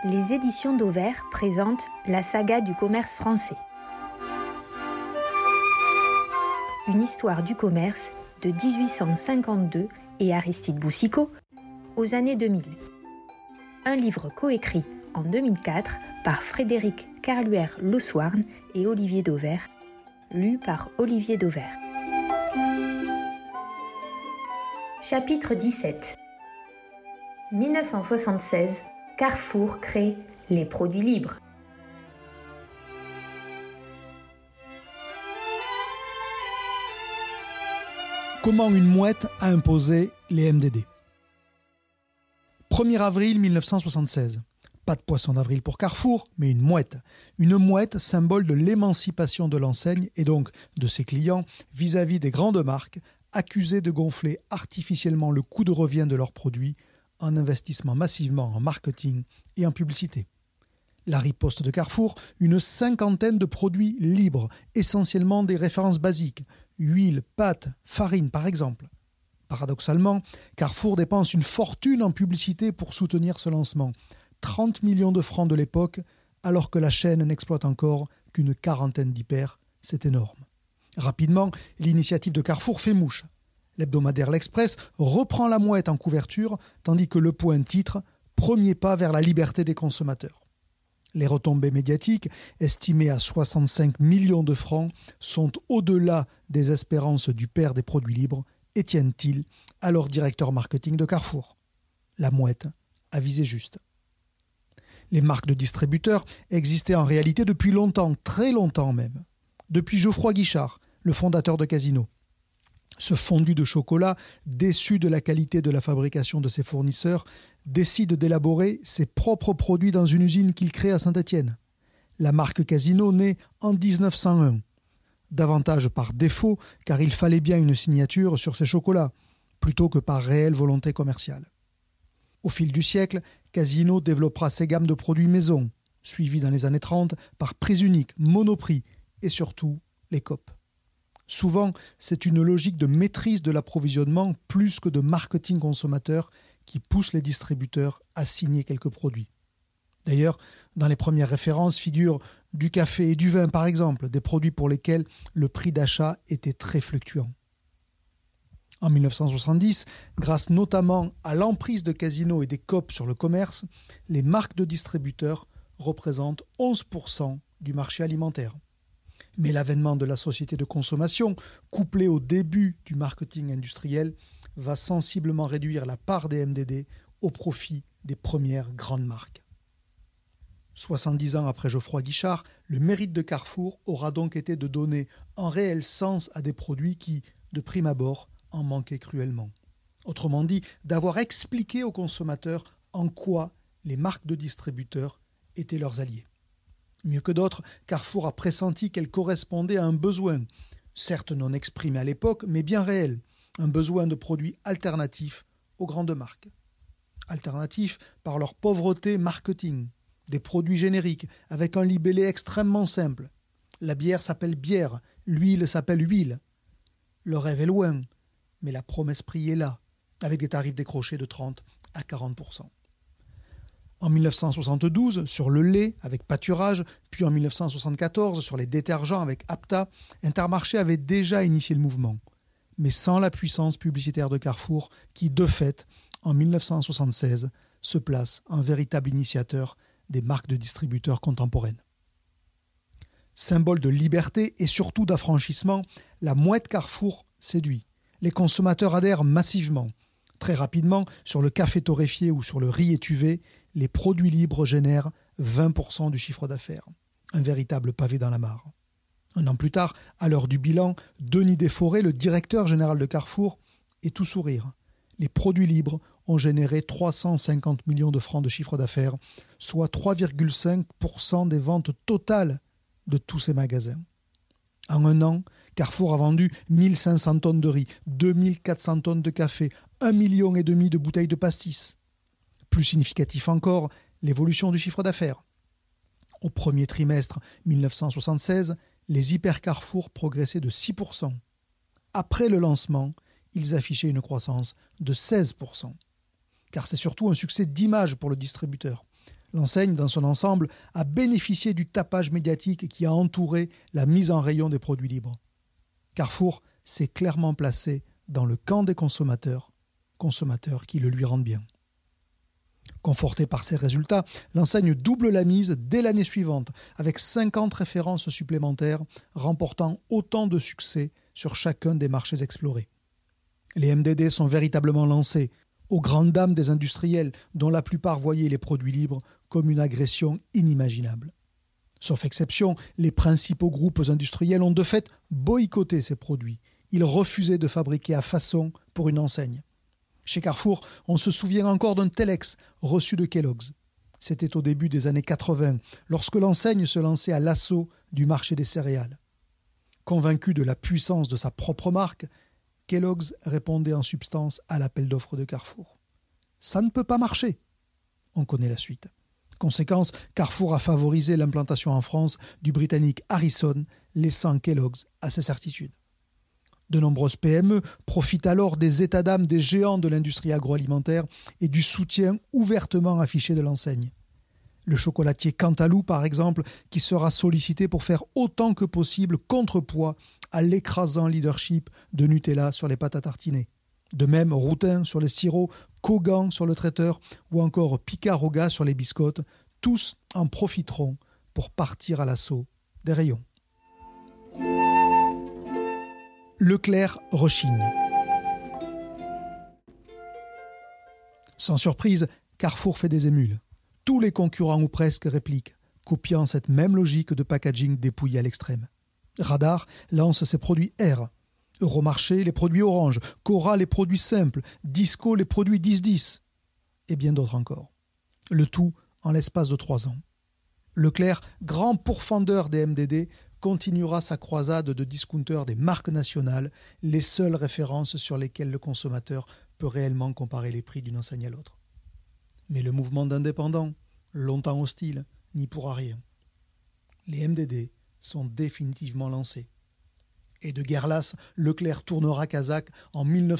Les éditions d'Auvert présentent la saga du commerce français. Une histoire du commerce de 1852 et Aristide Boucicaut aux années 2000. Un livre coécrit en 2004 par Frédéric Carluère-Laussoirne et Olivier Dauvert, lu par Olivier Dauvert. Chapitre 17. 1976, Carrefour crée les produits libres. Comment une mouette a imposé les MDD. 1er avril 1976. Pas de poisson d'avril pour Carrefour, mais une mouette. Une mouette, symbole de l'émancipation de l'enseigne et donc de ses clients vis-à-vis des grandes marques accusées de gonfler artificiellement le coût de revient de leurs produits en investissant massivement en marketing et en publicité. La riposte de Carrefour, une 50aine de produits libres, essentiellement des références basiques, huile, pâtes, farine par exemple. Paradoxalement, Carrefour dépense une fortune en publicité pour soutenir ce lancement. 30 millions de francs de l'époque, alors que la chaîne n'exploite encore qu'une quarantaine d'hyper, c'est énorme. Rapidement, l'initiative de Carrefour fait mouche. L'hebdomadaire L'Express reprend la mouette en couverture, tandis que Le Point titre « Premier pas vers la liberté des consommateurs ». Les retombées médiatiques, estimées à 65 millions de francs, sont au-delà des espérances du père des produits libres, Étienne Thiel, alors directeur marketing de Carrefour. La mouette a visé juste. Les marques de distributeurs existaient en réalité depuis longtemps, très longtemps même. Depuis Geoffroy Guichard, le fondateur de Casino. Ce fondu de chocolat, déçu de la qualité de la fabrication de ses fournisseurs, décide d'élaborer ses propres produits dans une usine qu'il crée à Saint-Étienne. La marque Casino naît en 1901. Davantage par défaut, car il fallait bien une signature sur ces chocolats, plutôt que par réelle volonté commerciale. Au fil du siècle, Casino développera ses gammes de produits maison, suivies dans les années 30 par Prix Unique, Monoprix et surtout les Coop. Souvent, c'est une logique de maîtrise de l'approvisionnement plus que de marketing consommateur qui pousse les distributeurs à signer quelques produits. D'ailleurs, dans les premières références figurent du café et du vin par exemple, des produits pour lesquels le prix d'achat était très fluctuant. En 1970, grâce notamment à l'emprise de Casino et des Coop sur le commerce, les marques de distributeurs représentent 11% du marché alimentaire. Mais l'avènement de la société de consommation, couplé au début du marketing industriel, va sensiblement réduire la part des MDD au profit des premières grandes marques. 70 ans après Geoffroy Guichard, le mérite de Carrefour aura donc été de donner un réel sens à des produits qui, de prime abord, en manquaient cruellement. Autrement dit, d'avoir expliqué aux consommateurs en quoi les marques de distributeurs étaient leurs alliés. Mieux que d'autres, Carrefour a pressenti qu'elle correspondait à un besoin, certes non exprimé à l'époque, mais bien réel, un besoin de produits alternatifs aux grandes marques. Alternatifs par leur pauvreté marketing, des produits génériques avec un libellé extrêmement simple. La bière s'appelle bière, l'huile s'appelle huile. Le rêve est loin, mais la promesse prix est là, avec des tarifs décrochés de 30 à 40%. En 1972, sur le lait avec Pâturage, puis en 1974, sur les détergents avec Apta, Intermarché avait déjà initié le mouvement, mais sans la puissance publicitaire de Carrefour qui, de fait, en 1976, se place en véritable initiateur des marques de distributeurs contemporaines. Symbole de liberté et surtout d'affranchissement, la mouette Carrefour séduit. Les consommateurs adhèrent massivement. Très rapidement, sur le café torréfié ou sur le riz étuvé, les produits libres génèrent 20% du chiffre d'affaires. Un véritable pavé dans la mare. Un an plus tard, à l'heure du bilan, Denis Desforêts, le directeur général de Carrefour, est tout sourire. Les produits libres ont généré 350 millions de francs de chiffre d'affaires, soit 3,5% des ventes totales de tous ces magasins. En un an, Carrefour a vendu 1500 tonnes de riz, 2400 tonnes de café, 1,5 million de bouteilles de pastis. Plus significatif encore, l'évolution du chiffre d'affaires. Au premier trimestre 1976, les hyper Carrefour progressaient de 6%. Après le lancement, ils affichaient une croissance de 16%. Car c'est surtout un succès d'image pour le distributeur. L'enseigne, dans son ensemble, a bénéficié du tapage médiatique qui a entouré la mise en rayon des produits libres. Carrefour s'est clairement placé dans le camp des consommateurs qui le lui rendent bien. Conforté par ces résultats, l'enseigne double la mise dès l'année suivante, avec 50 références supplémentaires, remportant autant de succès sur chacun des marchés explorés. Les MDD sont véritablement lancés, aux grandes dames des industriels, dont la plupart voyaient les produits libres comme une agression inimaginable. Sauf exception, les principaux groupes industriels ont de fait boycotté ces produits. Ils refusaient de fabriquer à façon pour une enseigne. Chez Carrefour, on se souvient encore d'un Telex reçu de Kellogg's. C'était au début des années 80, lorsque l'enseigne se lançait à l'assaut du marché des céréales. Convaincu de la puissance de sa propre marque, Kellogg's répondait en substance à l'appel d'offres de Carrefour. Ça ne peut pas marcher. On connaît la suite. Conséquence, Carrefour a favorisé l'implantation en France du britannique Harrison, laissant Kellogg's à ses certitudes. De nombreuses PME profitent alors des états d'âme des géants de l'industrie agroalimentaire et du soutien ouvertement affiché de l'enseigne. Le chocolatier Cantalou, par exemple, qui sera sollicité pour faire autant que possible contrepoids à l'écrasant leadership de Nutella sur les pâtes à tartiner. De même, Routin sur les sirops, Kogan sur le traiteur ou encore Picaroga sur les biscottes, tous en profiteront pour partir à l'assaut des rayons. Leclerc rechigne. Sans surprise, Carrefour fait des émules. Tous les concurrents ou presque répliquent, copiant cette même logique de packaging dépouillé à l'extrême. Radar lance ses produits R, Euromarché les produits orange, Cora les produits simples, Disco les produits 10-10, et bien d'autres encore. Le tout en l'espace de 3 ans. Leclerc, grand pourfendeur des MDD, continuera sa croisade de discounters des marques nationales, les seules références sur lesquelles le consommateur peut réellement comparer les prix d'une enseigne à l'autre. Mais le mouvement d'indépendants, longtemps hostile, n'y pourra rien. Les MDD sont définitivement lancés. Et de guerre lasse, Leclerc tournera Kazakh en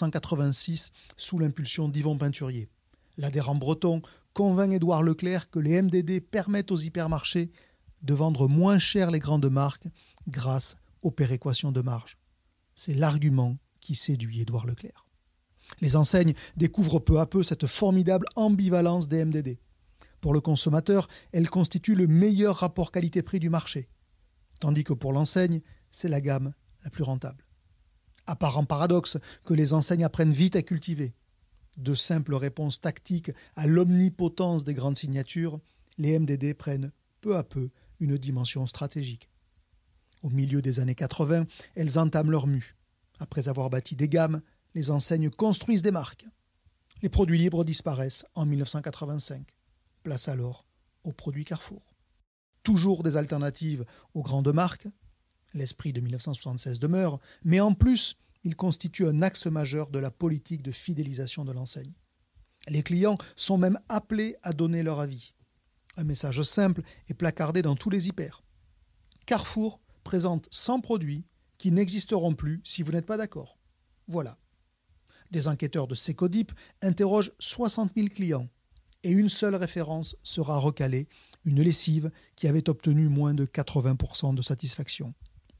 1986 sous l'impulsion d'Yvon Peinturier. L'adhérent breton convainc Édouard Leclerc que les MDD permettent aux hypermarchés de vendre moins cher les grandes marques grâce aux péréquations de marge. C'est l'argument qui séduit Édouard Leclerc. Les enseignes découvrent peu à peu cette formidable ambivalence des MDD. Pour le consommateur, elles constituent le meilleur rapport qualité-prix du marché, tandis que pour l'enseigne, c'est la gamme la plus rentable. Apparent paradoxe que les enseignes apprennent vite à cultiver. De simples réponses tactiques à l'omnipotence des grandes signatures, les MDD prennent peu à peu une dimension stratégique. Au milieu des années 80, elles entament leur mue. Après avoir bâti des gammes, les enseignes construisent des marques. Les produits libres disparaissent en 1985. Place alors aux produits Carrefour. Toujours des alternatives aux grandes marques, l'esprit de 1976 demeure, mais en plus, il constitue un axe majeur de la politique de fidélisation de l'enseigne. Les clients sont même appelés à donner leur avis. Un message simple est placardé dans tous les hyper. Carrefour présente 100 produits qui n'existeront plus si vous n'êtes pas d'accord. Voilà. Des enquêteurs de Secodip interrogent 60 000 clients et une seule référence sera recalée, une lessive qui avait obtenu moins de 80% de satisfaction.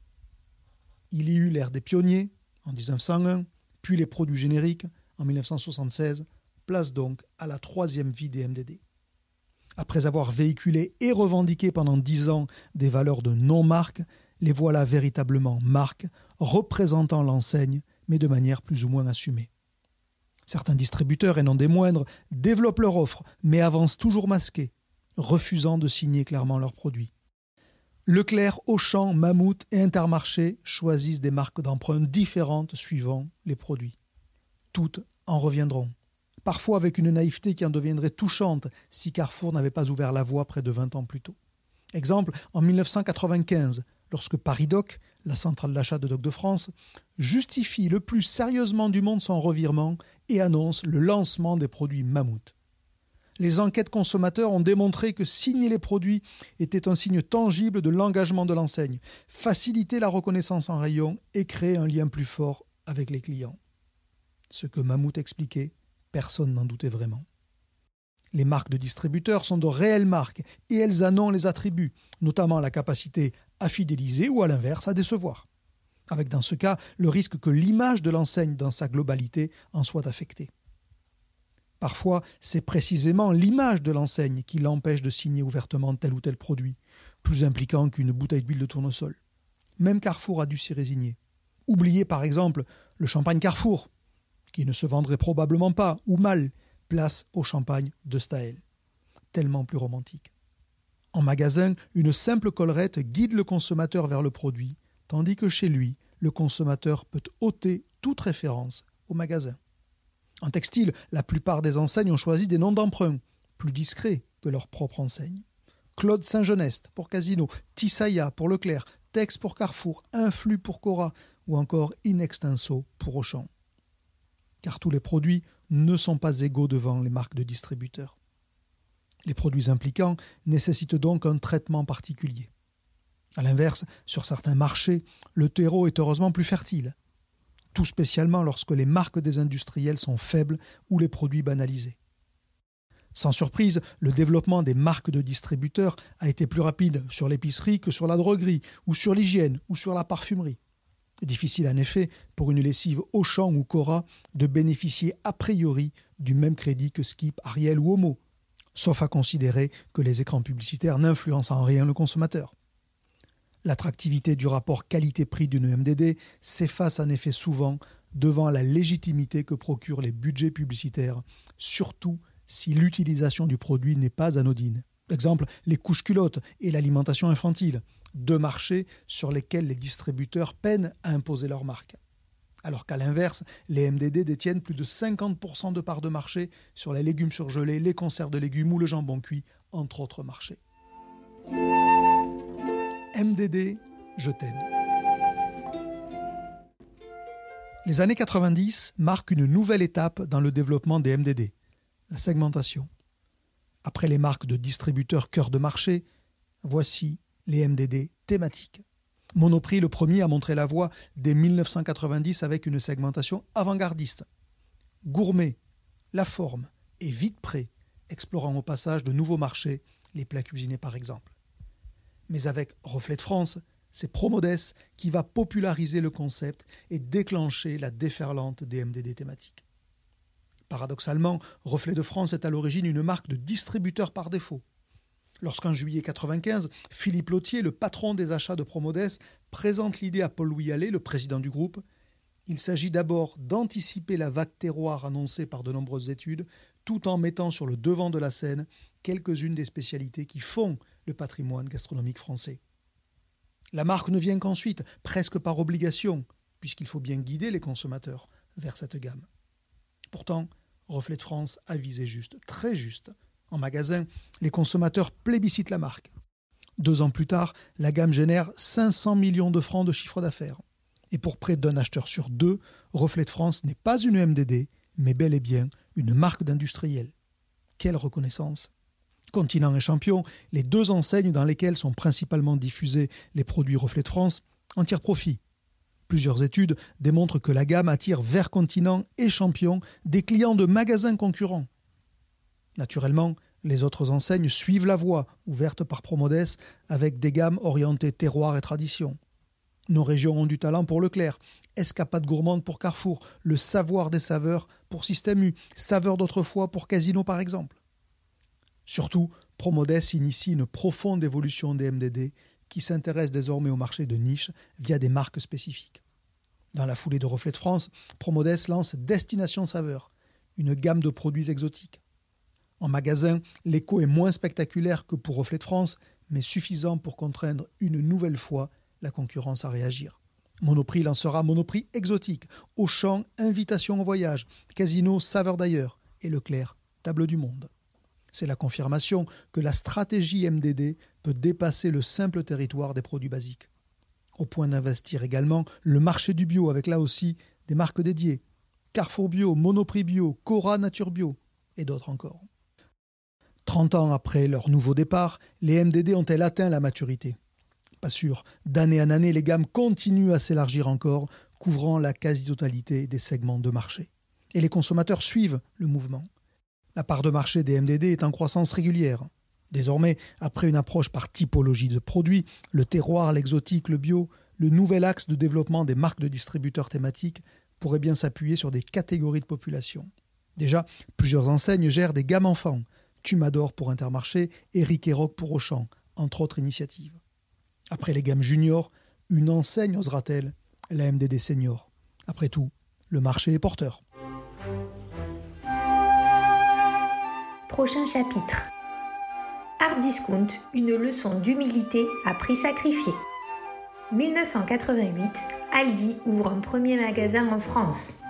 Il y eut l'ère des pionniers en 1901, puis les produits génériques en 1976, place donc à la 3e vie des MDD. Après avoir véhiculé et revendiqué pendant 10 ans des valeurs de non-marque, les voilà véritablement marques, représentant l'enseigne, mais de manière plus ou moins assumée. Certains distributeurs, et non des moindres, développent leur offre, mais avancent toujours masqués, refusant de signer clairement leurs produits. Leclerc, Auchan, Mammouth et Intermarché choisissent des marques d'emprunt différentes suivant les produits. Toutes en reviendront. Parfois avec une naïveté qui en deviendrait touchante si Carrefour n'avait pas ouvert la voie près de 20 ans plus tôt. Exemple, en 1995, lorsque Paris-Doc, la centrale d'achat de Doc de France, justifie le plus sérieusement du monde son revirement et annonce le lancement des produits Mammouth. Les enquêtes consommateurs ont démontré que signer les produits était un signe tangible de l'engagement de l'enseigne, faciliter la reconnaissance en rayon et créer un lien plus fort avec les clients. Ce que Mammouth expliquait, personne n'en doutait vraiment. Les marques de distributeurs sont de réelles marques et elles en ont les attributs, notamment la capacité à fidéliser ou à l'inverse à décevoir. Avec dans ce cas le risque que l'image de l'enseigne dans sa globalité en soit affectée. Parfois, c'est précisément l'image de l'enseigne qui l'empêche de signer ouvertement tel ou tel produit, plus impliquant qu'une bouteille d'huile de tournesol. Même Carrefour a dû s'y résigner. Oubliez par exemple le champagne Carrefour, qui ne se vendrait probablement pas ou mal, place au champagne de Staël. Tellement plus romantique. En magasin, une simple collerette guide le consommateur vers le produit, tandis que chez lui, le consommateur peut ôter toute référence au magasin. En textile, la plupart des enseignes ont choisi des noms d'emprunt, plus discrets que leur propre enseigne. Claude Saint-Genest pour Casino, Tissaïa pour Leclerc, Tex pour Carrefour, Influx pour Cora ou encore In Extenso pour Auchan. Car tous les produits ne sont pas égaux devant les marques de distributeurs. Les produits impliquants nécessitent donc un traitement particulier. A l'inverse, sur certains marchés, le terreau est heureusement plus fertile. Tout spécialement lorsque les marques des industriels sont faibles ou les produits banalisés. Sans surprise, le développement des marques de distributeurs a été plus rapide sur l'épicerie que sur la droguerie, ou sur l'hygiène, ou sur la parfumerie. Difficile en effet pour une lessive Auchan ou Cora de bénéficier a priori du même crédit que Skip, Ariel ou Omo, sauf à considérer que les écrans publicitaires n'influencent en rien le consommateur. L'attractivité du rapport qualité-prix d'une MDD s'efface en effet souvent devant la légitimité que procurent les budgets publicitaires, surtout si l'utilisation du produit n'est pas anodine. Exemple, les couches-culottes et l'alimentation infantile, deux marchés sur lesquels les distributeurs peinent à imposer leur marque. Alors qu'à l'inverse, les MDD détiennent plus de 50% de parts de marché sur les légumes surgelés, les conserves de légumes ou le jambon cuit, entre autres marchés. MDD, je t'aime. Les années 90 marquent une nouvelle étape dans le développement des MDD, la segmentation. Après les marques de distributeurs cœur de marché, voici les MDD thématiques. Monoprix, le premier, a montré la voie dès 1990 avec une segmentation avant-gardiste. Gourmet, La Forme et Vite Prêt, explorant au passage de nouveaux marchés, les plats cuisinés par exemple. Mais avec Reflet de France, c'est Promodes qui va populariser le concept et déclencher la déferlante des MDD thématiques. Paradoxalement, Reflet de France est à l'origine une marque de distributeur par défaut. Lorsqu'en juillet 1995, Philippe Lautier, le patron des achats de Promodes, présente l'idée à Paul-Louis Allais, le président du groupe, il s'agit d'abord d'anticiper la vague terroir annoncée par de nombreuses études, tout en mettant sur le devant de la scène quelques-unes des spécialités qui font le patrimoine gastronomique français. La marque ne vient qu'ensuite, presque par obligation, puisqu'il faut bien guider les consommateurs vers cette gamme. Pourtant, Reflet de France a visé juste, très juste. En magasin, les consommateurs plébiscitent la marque. 2 ans plus tard, la gamme génère 500 millions de francs de chiffre d'affaires. Et pour près d'un acheteur sur 2, Reflet de France n'est pas une MDD, mais bel et bien une marque d'industriel. Quelle reconnaissance! Continent et Champion, les 2 enseignes dans lesquelles sont principalement diffusés les produits Reflet de France, en tirent profit. Plusieurs études démontrent que la gamme attire vers Continent et Champion des clients de magasins concurrents. Naturellement, les autres enseignes suivent la voie ouverte par Promodes avec des gammes orientées terroir et tradition. Nos régions ont du talent pour Leclerc, Escapade gourmande pour Carrefour, le savoir des saveurs pour Système U, saveurs d'autrefois pour Casino par exemple. Surtout, Promodes initie une profonde évolution des MDD qui s'intéresse désormais au marché de niche via des marques spécifiques. Dans la foulée de Reflet de France, Promodes lance Destination Saveur, une gamme de produits exotiques. En magasin, l'écho est moins spectaculaire que pour Reflet de France, mais suffisant pour contraindre une nouvelle fois la concurrence à réagir. Monoprix lancera Monoprix exotique, Auchan Invitation au voyage, Casino Saveur d'ailleurs et Leclerc Table du monde. C'est la confirmation que la stratégie MDD peut dépasser le simple territoire des produits basiques. Au point d'investir également le marché du bio avec là aussi des marques dédiées. Carrefour Bio, Monoprix Bio, Cora Nature Bio et d'autres encore. 30 ans après leur nouveau départ, les MDD ont-elles atteint la maturité? Pas sûr. D'année en année, les gammes continuent à s'élargir encore, couvrant la quasi-totalité des segments de marché. Et les consommateurs suivent le mouvement. La part de marché des MDD est en croissance régulière. Désormais, après une approche par typologie de produits, le terroir, l'exotique, le bio, le nouvel axe de développement des marques de distributeurs thématiques pourrait bien s'appuyer sur des catégories de population. Déjà, plusieurs enseignes gèrent des gammes enfants, Tumador pour Intermarché, Eric et Rock pour Auchan, entre autres initiatives. Après les gammes juniors, une enseigne osera-t-elle? La MDD Senior. Après tout, le marché est porteur. Prochain chapitre. Hard Discount, une leçon d'humilité à prix sacrifié. 1988, Aldi ouvre un premier magasin en France.